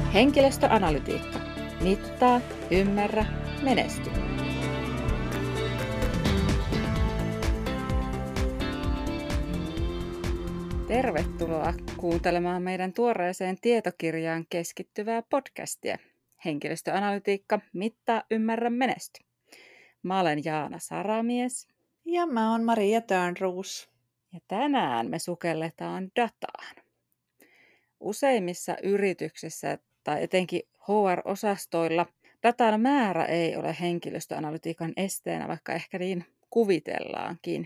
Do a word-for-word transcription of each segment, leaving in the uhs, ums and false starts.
Henkilöstöanalytiikka. Mittaa, ymmärrä, menesty. Tervetuloa kuuntelemaan meidän tuoreeseen tietokirjaan keskittyvää podcastia. Henkilöstöanalytiikka. Mittaa, ymmärrä, menesty. Mä olen Jaana Saramies. Ja mä oon Maria Törnroos. Ja tänään me sukelletaan dataan. Useimmissa yrityksissä tai etenkin H R-osastoilla datan määrä ei ole henkilöstöanalytiikan esteenä, vaikka ehkä niin kuvitellaankin.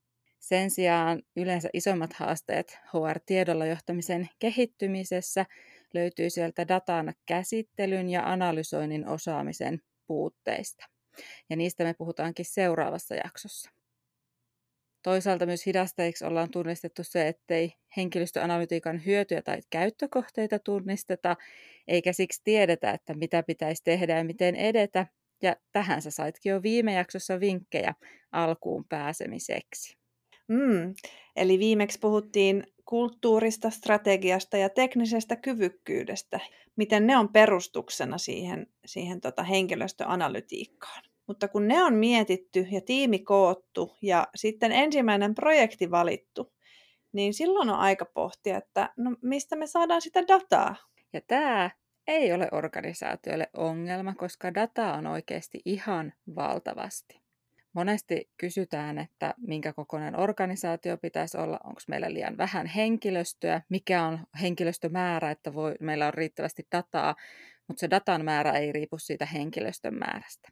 Sen sijaan yleensä isommat haasteet H R-tiedolla johtamisen kehittymisessä löytyy sieltä datan käsittelyn ja analysoinnin osaamisen puutteista. Ja niistä me puhutaankin seuraavassa jaksossa. Toisaalta myös hidasteiksi ollaan tunnistettu se, ettei henkilöstöanalytiikan hyötyjä tai käyttökohteita tunnisteta, eikä siksi tiedetä, että mitä pitäisi tehdä ja miten edetä. Ja tähän sä saitkin jo viime jaksossa vinkkejä alkuun pääsemiseksi. Mm, eli viimeksi puhuttiin kulttuurista, strategiasta ja teknisestä kyvykkyydestä, miten ne on perustuksena siihen, siihen tota henkilöstöanalytiikkaan. Mutta kun ne on mietitty ja tiimi koottu ja sitten ensimmäinen projekti valittu, niin silloin on aika pohtia, että no mistä me saadaan sitä dataa. Ja tämä ei ole organisaatioille ongelma, koska dataa on oikeasti ihan valtavasti. Monesti kysytään, että minkä kokoinen organisaatio pitäisi olla, onko meillä liian vähän henkilöstöä, mikä on henkilöstömäärä, että voi, meillä on riittävästi dataa, mutta se datan määrä ei riipu siitä henkilöstön määrästä.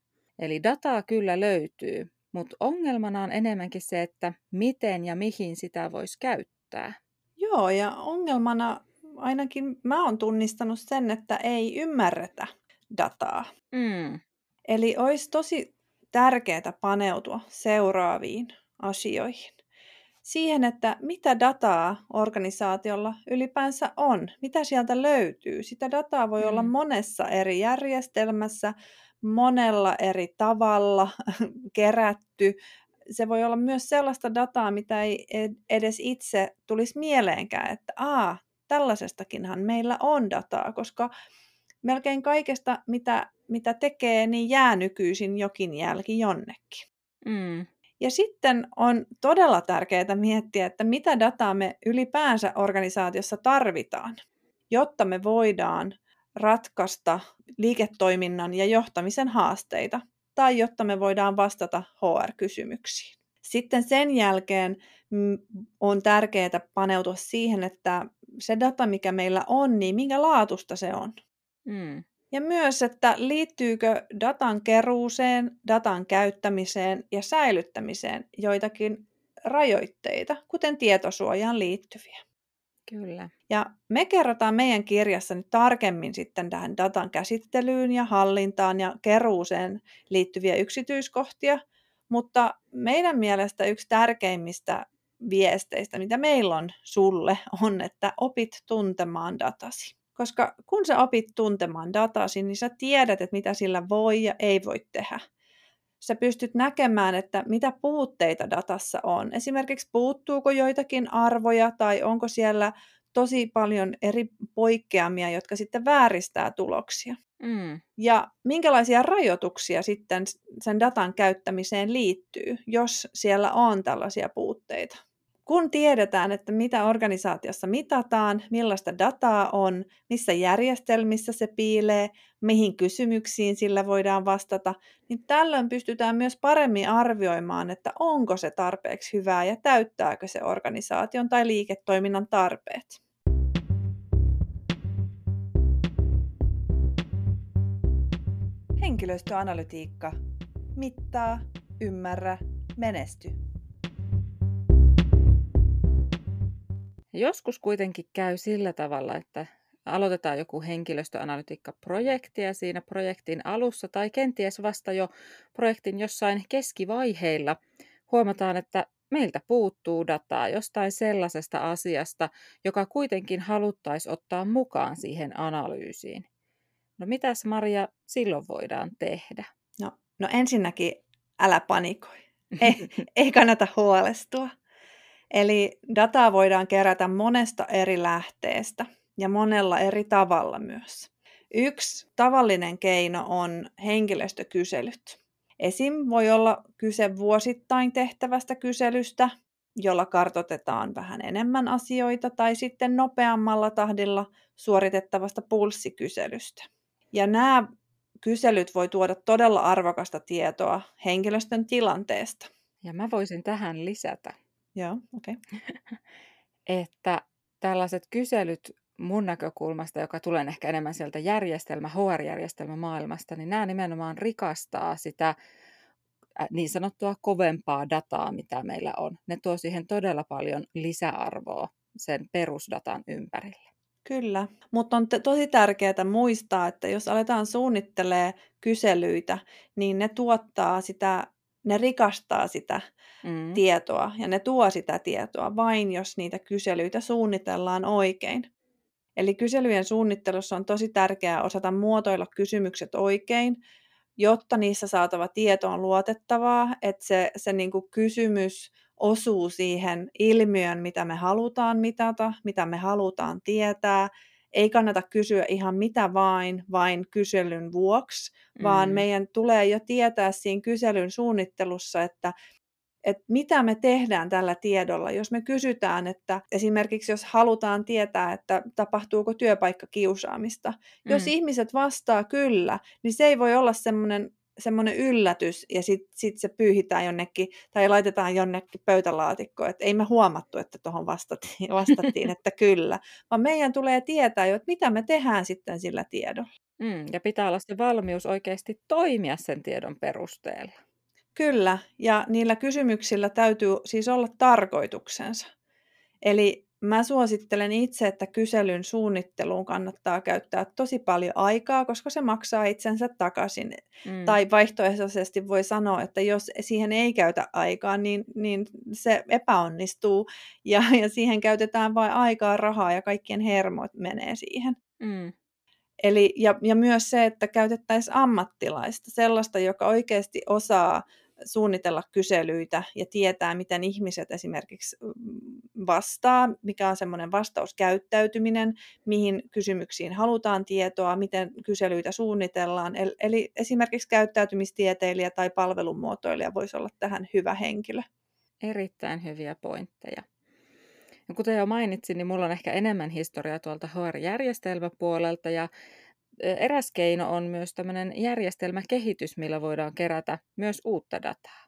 Eli dataa kyllä löytyy, mutta ongelmana on enemmänkin se, että miten ja mihin sitä voisi käyttää. Joo, ja ongelmana ainakin mä oon tunnistanut sen, että ei ymmärretä dataa. Mm. Eli olisi tosi tärkeää paneutua seuraaviin asioihin. Siihen, että mitä dataa organisaatiolla ylipäänsä on, mitä sieltä löytyy. Sitä dataa voi mm. olla monessa eri järjestelmässä, monella eri tavalla kerätty. Se voi olla myös sellaista dataa, mitä ei edes itse tulisi mieleenkään, että aa, tällaisestakinhan meillä on dataa, koska melkein kaikesta, mitä, mitä tekee, niin jää nykyisin jokin jälki jonnekin. Mm. Ja sitten on todella tärkeää miettiä, että mitä dataa me ylipäänsä organisaatiossa tarvitaan, jotta me voidaan ratkaista liiketoiminnan ja johtamisen haasteita, tai jotta me voidaan vastata H R-kysymyksiin. Sitten sen jälkeen on tärkeää paneutua siihen, että se data, mikä meillä on, niin minkä laatusta se on. Mm. Ja myös, että liittyykö datan keruuseen, datan käyttämiseen ja säilyttämiseen joitakin rajoitteita, kuten tietosuojaan liittyviä. Kyllä. Ja me kerrotaan meidän kirjassa nyt tarkemmin sitten tähän datan käsittelyyn ja hallintaan ja keruuseen liittyviä yksityiskohtia, mutta meidän mielestä yksi tärkeimmistä viesteistä, mitä meillä on sulle, on, että opit tuntemaan datasi. Koska kun sä opit tuntemaan datasi, niin sä tiedät, että mitä sillä voi ja ei voi tehdä. Sä pystyt näkemään, että mitä puutteita datassa on. Esimerkiksi puuttuuko joitakin arvoja tai onko siellä tosi paljon eri poikkeamia, jotka sitten vääristää tuloksia. Mm. Ja minkälaisia rajoituksia sitten sen datan käyttämiseen liittyy, jos siellä on tällaisia puutteita. Kun tiedetään, että mitä organisaatiossa mitataan, millaista dataa on, missä järjestelmissä se piilee, mihin kysymyksiin sillä voidaan vastata, niin tällöin pystytään myös paremmin arvioimaan, että onko se tarpeeksi hyvää ja täyttääkö se organisaation tai liiketoiminnan tarpeet. Henkilöstöanalytiikka. Mittaa, ymmärrä, menesty. Joskus kuitenkin käy sillä tavalla, että aloitetaan joku henkilöstöanalytiikkaprojekti ja siinä projektin alussa tai kenties vasta jo projektin jossain keskivaiheilla huomataan, että meiltä puuttuu dataa jostain sellaisesta asiasta, joka kuitenkin haluttaisiin ottaa mukaan siihen analyysiin. No mitäs Maria silloin voidaan tehdä? No, no ensinnäkin älä panikoi. Ei, ei kannata huolestua. Eli dataa voidaan kerätä monesta eri lähteestä. ja monella eri tavalla myös. Yksi tavallinen keino on henkilöstökyselyt. Esim. Voi olla kyse vuosittain tehtävästä kyselystä, jolla kartoitetaan vähän enemmän asioita, tai sitten nopeammalla tahdilla suoritettavasta pulssikyselystä. Ja nämä kyselyt voi tuoda todella arvokasta tietoa henkilöstön tilanteesta. Ja mä voisin tähän lisätä, Joo, okei. Okay. että tällaiset kyselyt mun näkökulmasta, joka tulee ehkä enemmän sieltä järjestelmä, H R-järjestelmämaailmasta, niin nämä nimenomaan rikastaa sitä niin sanottua kovempaa dataa, mitä meillä on. Ne tuo siihen todella paljon lisäarvoa sen perusdatan ympärille. Kyllä, mutta on tosi tärkeää muistaa, että jos aletaan suunnittelemaan kyselyitä, niin ne tuottaa sitä, ne rikastaa sitä mm. tietoa ja ne tuo sitä tietoa vain, jos niitä kyselyitä suunnitellaan oikein. Eli kyselyjen suunnittelussa on tosi tärkeää osata muotoilla kysymykset oikein, jotta niissä saatava tieto on luotettavaa, että se, se niin kuin kysymys osuu siihen ilmiön, mitä me halutaan mitata, mitä me halutaan tietää. Ei kannata kysyä ihan mitä vain, vain kyselyn vuoksi, mm. vaan meidän tulee jo tietää siinä kyselyn suunnittelussa, että että mitä me tehdään tällä tiedolla, jos me kysytään, että esimerkiksi jos halutaan tietää, että tapahtuuko työpaikkakiusaamista. Mm. Jos ihmiset vastaa kyllä, niin se ei voi olla semmoinen semmoinen yllätys ja sitten sit se pyyhitään jonnekin tai laitetaan jonnekin pöytälaatikkoon, että ei me huomattu, että tuohon vastattiin, vastattiin että kyllä, vaan meidän tulee tietää jo, että mitä me tehdään sitten sillä tiedolla. Mm, ja pitää olla se valmius oikeasti toimia sen tiedon perusteella. Kyllä, ja niillä kysymyksillä täytyy siis olla tarkoituksensa. Eli mä suosittelen itse, että kyselyn suunnitteluun kannattaa käyttää tosi paljon aikaa, koska se maksaa itsensä takaisin. Mm. Tai vaihtoehtoisesti voi sanoa, että jos siihen ei käytä aikaa, niin, niin se epäonnistuu ja, ja siihen käytetään vain aikaa, rahaa ja kaikkien hermot menee siihen. Mm. Eli, ja, ja myös se, että käytettäisiin ammattilaista, sellaista, joka oikeasti osaa suunnitella kyselyitä ja tietää, miten ihmiset esimerkiksi vastaa, mikä on semmoinen vastauskäyttäytyminen, mihin kysymyksiin halutaan tietoa, miten kyselyitä suunnitellaan. Eli esimerkiksi käyttäytymistieteilijä tai palvelumuotoilija voisi olla tähän hyvä henkilö. Erittäin hyviä pointteja. Ja kuten jo mainitsin, niin mulla on ehkä enemmän historiaa tuolta H R-järjestelmäpuolelta ja eräs keino on myös tämmöinen järjestelmäkehitys, millä voidaan kerätä myös uutta dataa.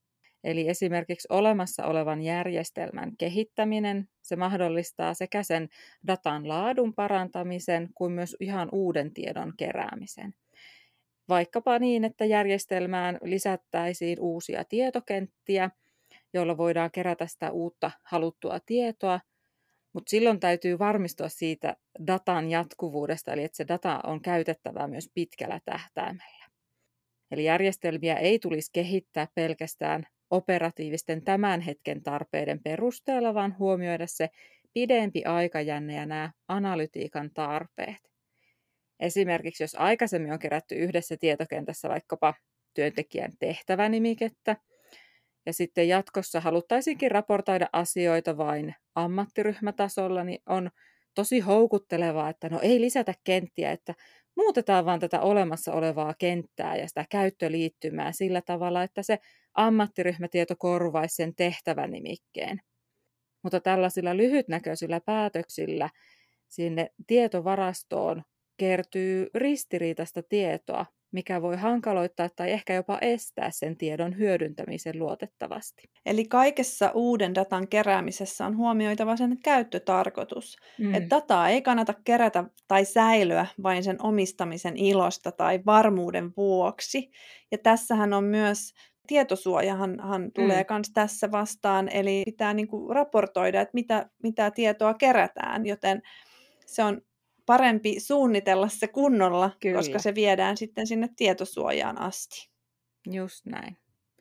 Eli esimerkiksi olemassa olevan järjestelmän kehittäminen, se mahdollistaa sekä sen datan laadun parantamisen kuin myös ihan uuden tiedon keräämisen. Vaikkapa niin, että järjestelmään lisättäisiin uusia tietokenttiä, joilla voidaan kerätä sitä uutta haluttua tietoa, mutta silloin täytyy varmistua siitä datan jatkuvuudesta, eli että se data on käytettävää myös pitkällä tähtäimellä. Eli järjestelmiä ei tulisi kehittää pelkästään operatiivisten tämän hetken tarpeiden perusteella, vaan huomioida se pidempi aikajänne ja nämä analytiikan tarpeet. Esimerkiksi jos aikaisemmin on kerätty yhdessä tietokentässä vaikkapa työntekijän tehtävänimikettä, ja sitten jatkossa haluttaisiinkin raportoida asioita vain ammattiryhmätasolla, niin on tosi houkuttelevaa, että no ei lisätä kenttiä, että muutetaan vaan tätä olemassa olevaa kenttää ja sitä käyttöliittymää sillä tavalla, että se ammattiryhmätieto korvaisi sen tehtävänimikkeen. Mutta tällaisilla lyhytnäköisillä päätöksillä sinne tietovarastoon kertyy ristiriitaista tietoa, mikä voi hankaloittaa tai ehkä jopa estää sen tiedon hyödyntämisen luotettavasti. Eli kaikessa uuden datan keräämisessä on huomioitava sen käyttötarkoitus. Mm. Että dataa ei kannata kerätä tai säilyä vain sen omistamisen ilosta tai varmuuden vuoksi. Ja tässähän on myös tietosuojahan han tulee myös mm. tässä vastaan, eli pitää niinku raportoida, että mitä, mitä tietoa kerätään, joten se on parempi suunnitella se kunnolla, Kyllä. koska se viedään sitten sinne tietosuojaan asti. Just näin.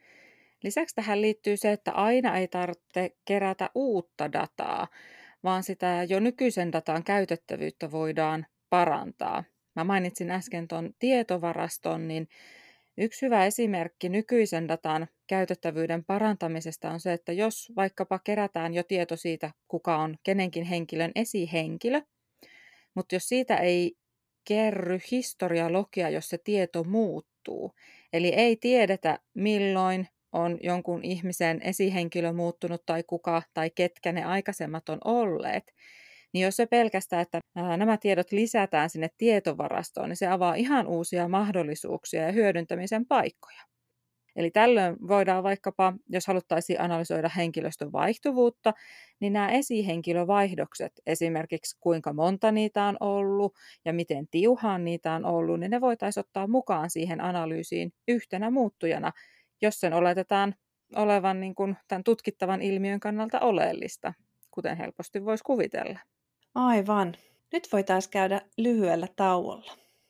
Lisäksi tähän liittyy se, että aina ei tarvitse kerätä uutta dataa, vaan sitä jo nykyisen datan käytettävyyttä voidaan parantaa. Mä mainitsin äsken tuon tietovaraston, niin yksi hyvä esimerkki nykyisen datan käytettävyyden parantamisesta on se, että jos vaikkapa kerätään jo tieto siitä, kuka on kenenkin henkilön esihenkilö, Mutta jos siitä ei kerry historialogia, jos se tieto muuttuu, eli ei tiedetä milloin on jonkun ihmisen esihenkilö muuttunut tai kuka tai ketkä ne aikaisemmat on olleet, niin jos se pelkästään, että nämä tiedot lisätään sinne tietovarastoon, niin se avaa ihan uusia mahdollisuuksia ja hyödyntämisen paikkoja. Eli tällöin voidaan vaikkapa, jos haluttaisiin analysoida henkilöstön vaihtuvuutta, niin nämä esihenkilövaihdokset, esimerkiksi kuinka monta niitä on ollut ja miten tiuhaan niitä on ollut, niin ne voitaisiin ottaa mukaan siihen analyysiin yhtenä muuttujana, jos sen oletetaan olevan niin kuin tämän tutkittavan ilmiön kannalta oleellista, kuten helposti voisi kuvitella. Aivan. Nyt voitaisiin käydä lyhyellä tauolla.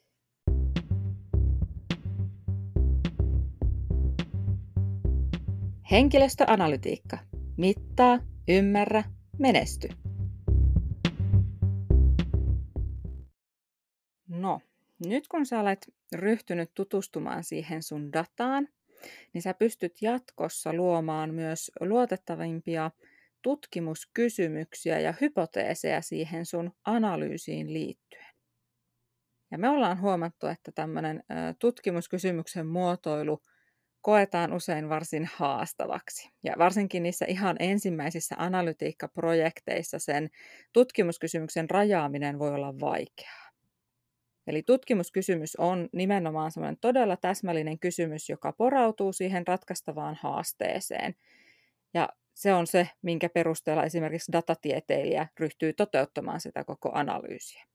Henkilöstöanalytiikka. Mittaa, ymmärrä, menesty. No, nyt kun sä olet ryhtynyt tutustumaan siihen sun dataan, niin sä pystyt jatkossa luomaan myös luotettavimpia tutkimuskysymyksiä ja hypoteeseja siihen sun analyysiin liittyen. Ja me ollaan huomattu, että tämmöinen tutkimuskysymyksen muotoilu koetaan usein varsin haastavaksi. Ja varsinkin niissä ihan ensimmäisissä analytiikkaprojekteissa sen tutkimuskysymyksen rajaaminen voi olla vaikeaa. Eli tutkimuskysymys on nimenomaan semmoinen todella täsmällinen kysymys, joka porautuu siihen ratkaistavaan haasteeseen. Ja se on se, minkä perusteella esimerkiksi datatieteilijä ryhtyy toteuttamaan sitä koko analyysiä.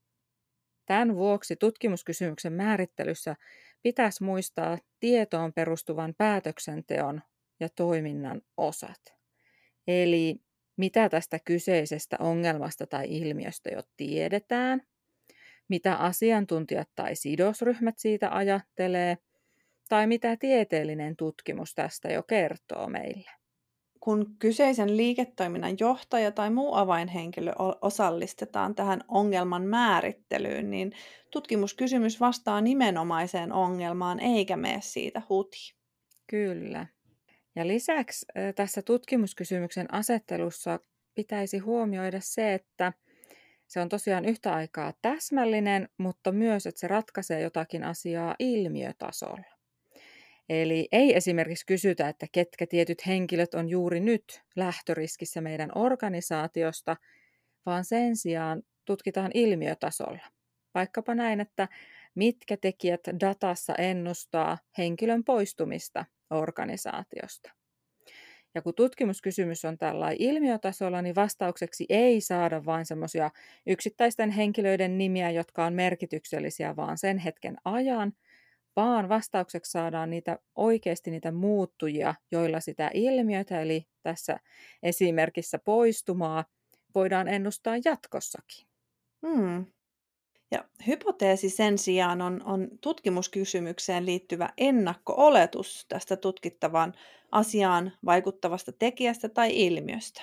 Tämän vuoksi tutkimuskysymyksen määrittelyssä pitäisi muistaa tietoon perustuvan päätöksenteon ja toiminnan osat. Eli mitä tästä kyseisestä ongelmasta tai ilmiöstä jo tiedetään, mitä asiantuntijat tai sidosryhmät siitä ajattelee, tai mitä tieteellinen tutkimus tästä jo kertoo meille. Kun kyseisen liiketoiminnan johtaja tai muu avainhenkilö osallistetaan tähän ongelman määrittelyyn, niin tutkimuskysymys vastaa nimenomaiseen ongelmaan eikä mene siitä huti. Kyllä. Ja lisäksi tässä tutkimuskysymyksen asettelussa pitäisi huomioida se, että se on tosiaan yhtä aikaa täsmällinen, mutta myös, että se ratkaisee jotakin asiaa ilmiötasolla. Eli ei esimerkiksi kysytä, että ketkä tietyt henkilöt on juuri nyt lähtöriskissä meidän organisaatiosta, vaan sen sijaan tutkitaan ilmiötasolla. Vaikkapa näin, että mitkä tekijät datassa ennustaa henkilön poistumista organisaatiosta. Ja kun tutkimuskysymys on tällainen ilmiötasolla, niin vastaukseksi ei saada vain semmoisia yksittäisten henkilöiden nimiä, jotka on merkityksellisiä vaan sen hetken ajan, vaan vastaukseksi saadaan niitä oikeasti niitä muuttujia, joilla sitä ilmiötä, eli tässä esimerkissä poistumaa, voidaan ennustaa jatkossakin. Hmm. Ja hypoteesi sen sijaan on, on tutkimuskysymykseen liittyvä ennakko-oletus tästä tutkittavaan asiaan vaikuttavasta tekijästä tai ilmiöstä.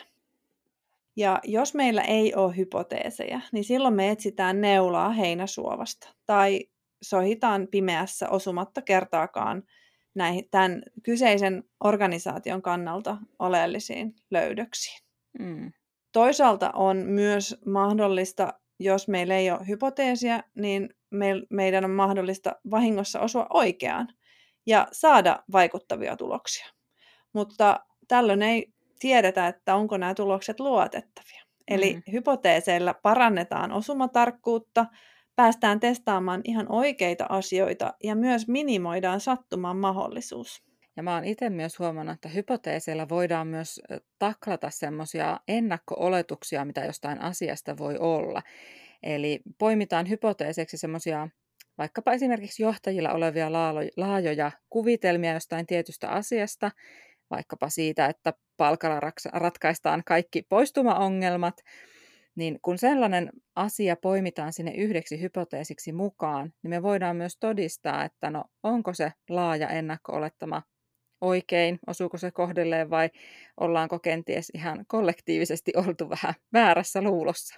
Ja jos meillä ei ole hypoteeseja, niin silloin me etsitään neulaa heinäsuovasta tai sohitaan pimeässä osumatta kertaakaan näihin, tämän kyseisen organisaation kannalta oleellisiin löydöksiin. Mm. Toisaalta on myös mahdollista, jos meillä ei ole hypoteesia, niin me, meidän on mahdollista vahingossa osua oikeaan ja saada vaikuttavia tuloksia. Mutta tällöin ei tiedetä, että onko nämä tulokset luotettavia. Eli mm. hypoteeseilla parannetaan osumatarkkuutta, päästään testaamaan ihan oikeita asioita ja myös minimoidaan sattuman mahdollisuus. Ja mä oon itse myös huomannut, että hypoteeseilla voidaan myös taklata semmoisia ennakko-oletuksia, mitä jostain asiasta voi olla. Eli poimitaan hypoteeseiksi semmoisia vaikkapa esimerkiksi johtajilla olevia laajoja kuvitelmia jostain tietystä asiasta, vaikkapa siitä, että palkalla ratkaistaan kaikki poistumaongelmat, niin kun sellainen asia poimitaan sinne yhdeksi hypoteesiksi mukaan, niin me voidaan myös todistaa, että no onko se laaja ennakko-olettama oikein, osuuko se kohdilleen vai ollaanko kenties ihan kollektiivisesti oltu vähän väärässä luulossa.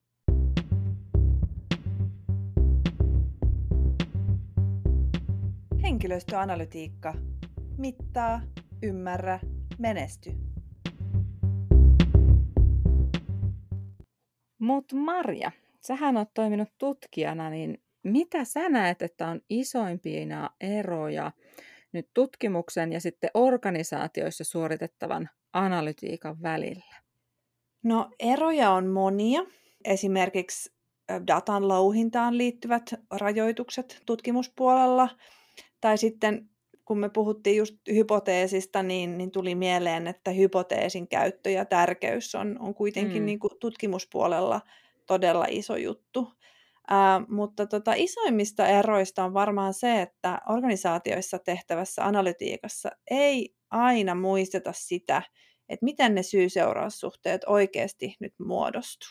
Henkilöstöanalytiikka. Mittaa, ymmärrä, menesty. Mutta Marja, Sähän oot toiminut tutkijana, niin mitä sä näet, että on isoimpia eroja nyt tutkimuksen ja sitten organisaatioissa suoritettavan analytiikan välillä? No eroja on monia. Esimerkiksi datan louhintaan liittyvät rajoitukset tutkimuspuolella. Tai sitten kun me puhuttiin just hypoteesista, niin, niin tuli mieleen, että hypoteesin käyttö ja tärkeys on, on kuitenkin Mm. niin kuin tutkimuspuolella todella iso juttu. Ää, mutta tota, isoimmista eroista on varmaan se, että organisaatioissa tehtävässä analytiikassa ei aina muisteta sitä, että miten ne syy-seuraussuhteet oikeasti nyt muodostuu.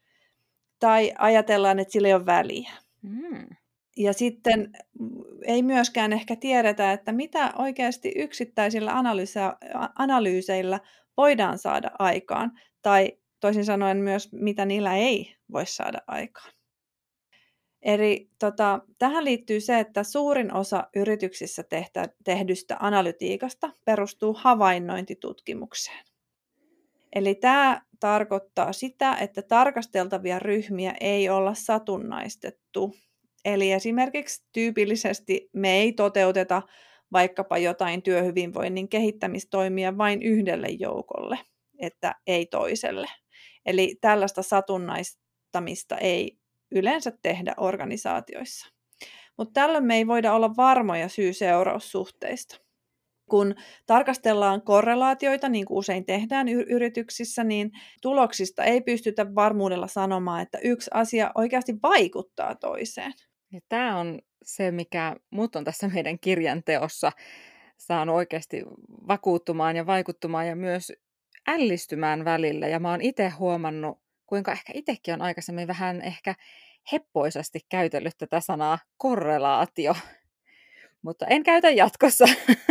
Tai ajatellaan, että sillä ei ole väliä. Mm. Ja sitten ei myöskään ehkä tiedetä, että mitä oikeasti yksittäisillä analyyseillä voidaan saada aikaan, tai toisin sanoen myös, mitä niillä ei voi saada aikaan. Eli tota, tähän liittyy se, että suurin osa yrityksissä tehtä, tehdystä analytiikasta perustuu havainnointitutkimukseen. Eli tämä tarkoittaa sitä, että tarkasteltavia ryhmiä ei olla satunnaistettu. Eli esimerkiksi tyypillisesti me ei toteuteta vaikkapa jotain työhyvinvoinnin kehittämistoimia vain yhdelle joukolle, että ei toiselle. Eli tällaista satunnaistamista ei yleensä tehdä organisaatioissa. Mutta tällöin me ei voida olla varmoja syy-seuraussuhteista. Kun tarkastellaan korrelaatioita, niin kuin usein tehdään yrityksissä, niin tuloksista ei pystytä varmuudella sanomaan, että yksi asia oikeasti vaikuttaa toiseen. Ja tämä on se, mikä mut on tässä meidän kirjan teossa saanut oikeasti vakuuttumaan ja vaikuttumaan ja myös ällistymään välillä. Ja mä oon itse huomannut, kuinka ehkä itsekin on aikaisemmin vähän ehkä heppoisasti käytellyt tätä sanaa korrelaatio, mutta en käytä jatkossa.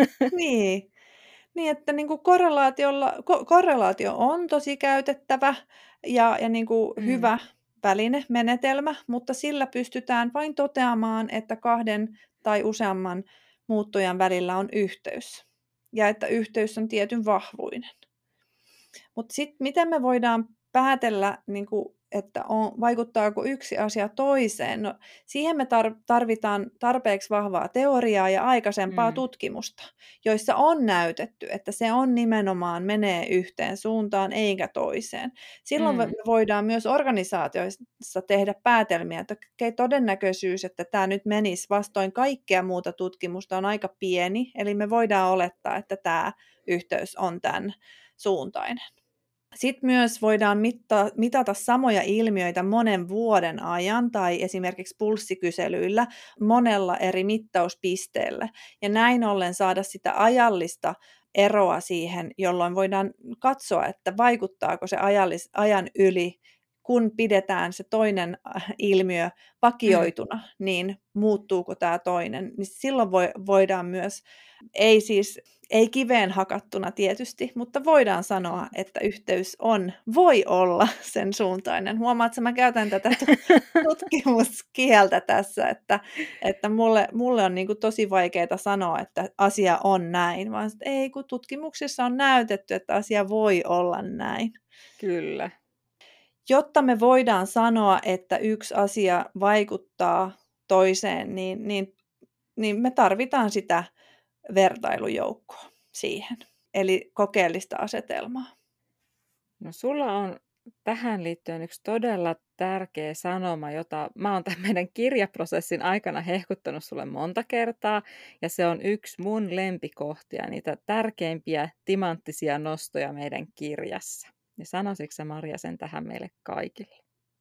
Niin, niin että niin kuin korrelaatiolla, ko- korrelaatio on tosi käytettävä ja, ja niin kuin Mm. hyvä väline, menetelmä, mutta sillä pystytään vain toteamaan, että kahden tai useamman muuttujan välillä on yhteys ja että yhteys on tietyn vahvuinen. Mutta sitten miten me voidaan päätellä, niin kuin, että on, vaikuttaako yksi asia toiseen? No, siihen me tar- tarvitaan tarpeeksi vahvaa teoriaa ja aikaisempaa Mm. tutkimusta, joissa on näytetty, että se on nimenomaan menee yhteen suuntaan eikä toiseen. Silloin Mm. me voidaan myös organisaatioissa tehdä päätelmiä, että okay, todennäköisyys, että tämä nyt menisi vastoin kaikkea muuta tutkimusta on aika pieni, eli me voidaan olettaa, että tämä yhteys on tämän suuntainen. Sitten myös voidaan mittaa, mitata samoja ilmiöitä monen vuoden ajan tai esimerkiksi pulssikyselyillä monella eri mittauspisteellä. Ja näin ollen saada sitä ajallista eroa siihen, jolloin voidaan katsoa, että vaikuttaako se ajallis, ajan yli, kun pidetään se toinen ilmiö vakioituna, mm. niin muuttuuko tämä toinen. Niin silloin voi, voidaan myös, ei siis ei kiveen hakattuna tietysti, mutta voidaan sanoa, että yhteys on, voi olla sen suuntainen. Huomaat, että mä käytän tätä tutkimuskieltä tässä, että, että mulle, mulle on niin kuin tosi vaikeaa sanoa, että asia on näin, vaan että ei, kun tutkimuksissa on näytetty, että asia voi olla näin. Kyllä. Jotta me voidaan sanoa, että yksi asia vaikuttaa toiseen, niin, niin, niin me tarvitaan sitä vertailujoukkoa siihen, eli kokeellista asetelmaa. No sulla on tähän liittyen yksi todella tärkeä sanoma, jota mä oon tämän meidän kirjaprosessin aikana hehkuttanut sulle monta kertaa, ja se on yksi mun lempikohtia, niitä tärkeimpiä timanttisia nostoja meidän kirjassa. Ja sanoisitko sä, Marja, sen tähän meille kaikille?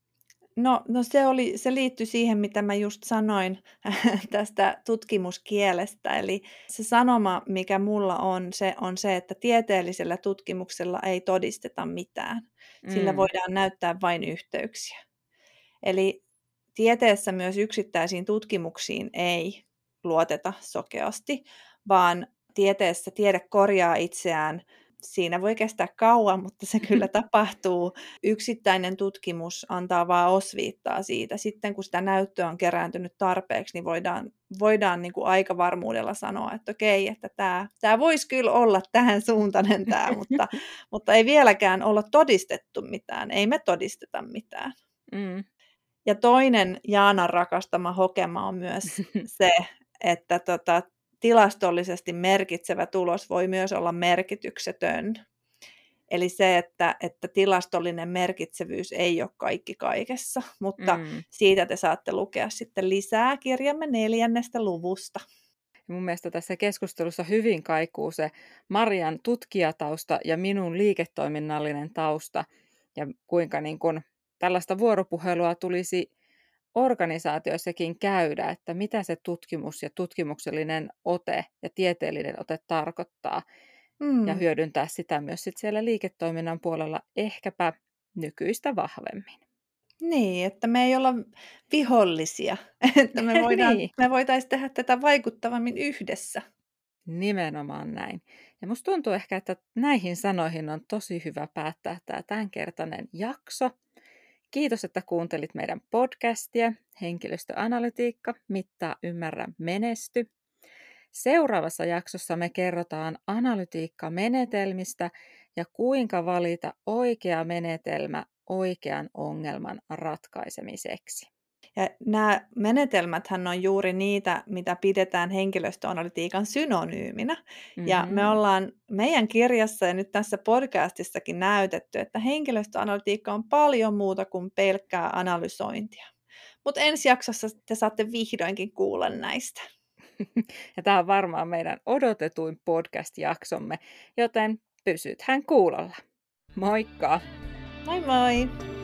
No, no se, oli, se liittyi siihen, mitä mä just sanoin tästä tutkimuskielestä. Eli se sanoma, mikä mulla on, se on se, että tieteellisellä tutkimuksella ei todisteta mitään. Sillä Mm. voidaan näyttää vain yhteyksiä. Eli tieteessä myös yksittäisiin tutkimuksiin ei luoteta sokeasti, vaan tieteessä tiede korjaa itseään. Siinä voi kestää kauan, mutta se kyllä tapahtuu. Yksittäinen tutkimus antaa vaan osviittaa siitä. Sitten kun sitä näyttöä on kerääntynyt tarpeeksi, niin voidaan, voidaan niin kuin aika varmuudella sanoa, että okei, että tämä, tämä voisi kyllä olla tähän suuntainen tämä, mutta, mutta ei vieläkään olla todistettu mitään. Ei me todisteta mitään. Mm. Ja toinen Jaanan rakastama hokema on myös se, että tota, tilastollisesti merkitsevä tulos voi myös olla merkityksetön. Eli se, että, että tilastollinen merkitsevyys ei ole kaikki kaikessa, mutta Mm. siitä te saatte lukea sitten lisää kirjamme neljännestä luvusta. Mun mielestä tässä keskustelussa hyvin kaikuu se Marian tutkijatausta ja minun liiketoiminnallinen tausta ja kuinka niin kun tällaista vuoropuhelua tulisi organisaatioissakin käydä, että mitä se tutkimus ja tutkimuksellinen ote ja tieteellinen ote tarkoittaa Mm. ja hyödyntää sitä myös sit siellä liiketoiminnan puolella ehkäpä nykyistä vahvemmin. Niin, että me ei olla vihollisia, että me, voidaan, Niin. me voitaisiin tehdä tätä vaikuttavammin yhdessä. Nimenomaan näin. Ja musta tuntuu ehkä, että näihin sanoihin on tosi hyvä päättää tämä tämänkertainen jakso. Kiitos, että kuuntelit meidän podcastia Henkilöstöanalytiikka, mittaa, ymmärrä, menesty. Seuraavassa jaksossa me kerrotaan analytiikkamenetelmistä ja kuinka valita oikea menetelmä oikean ongelman ratkaisemiseksi. Ja nämä menetelmäthän on juuri niitä, mitä pidetään henkilöstöanalytiikan synonyyminä. Mm-hmm. Ja me ollaan meidän kirjassa ja nyt tässä podcastissakin näytetty, että henkilöstöanalytiikka on paljon muuta kuin pelkkää analysointia. Mutta ensi jaksossa te saatte vihdoinkin kuulla näistä. Ja tämä on varmaan meidän odotetuin podcast-jaksomme, joten pysythän kuulolla. Moikka! Moi moi!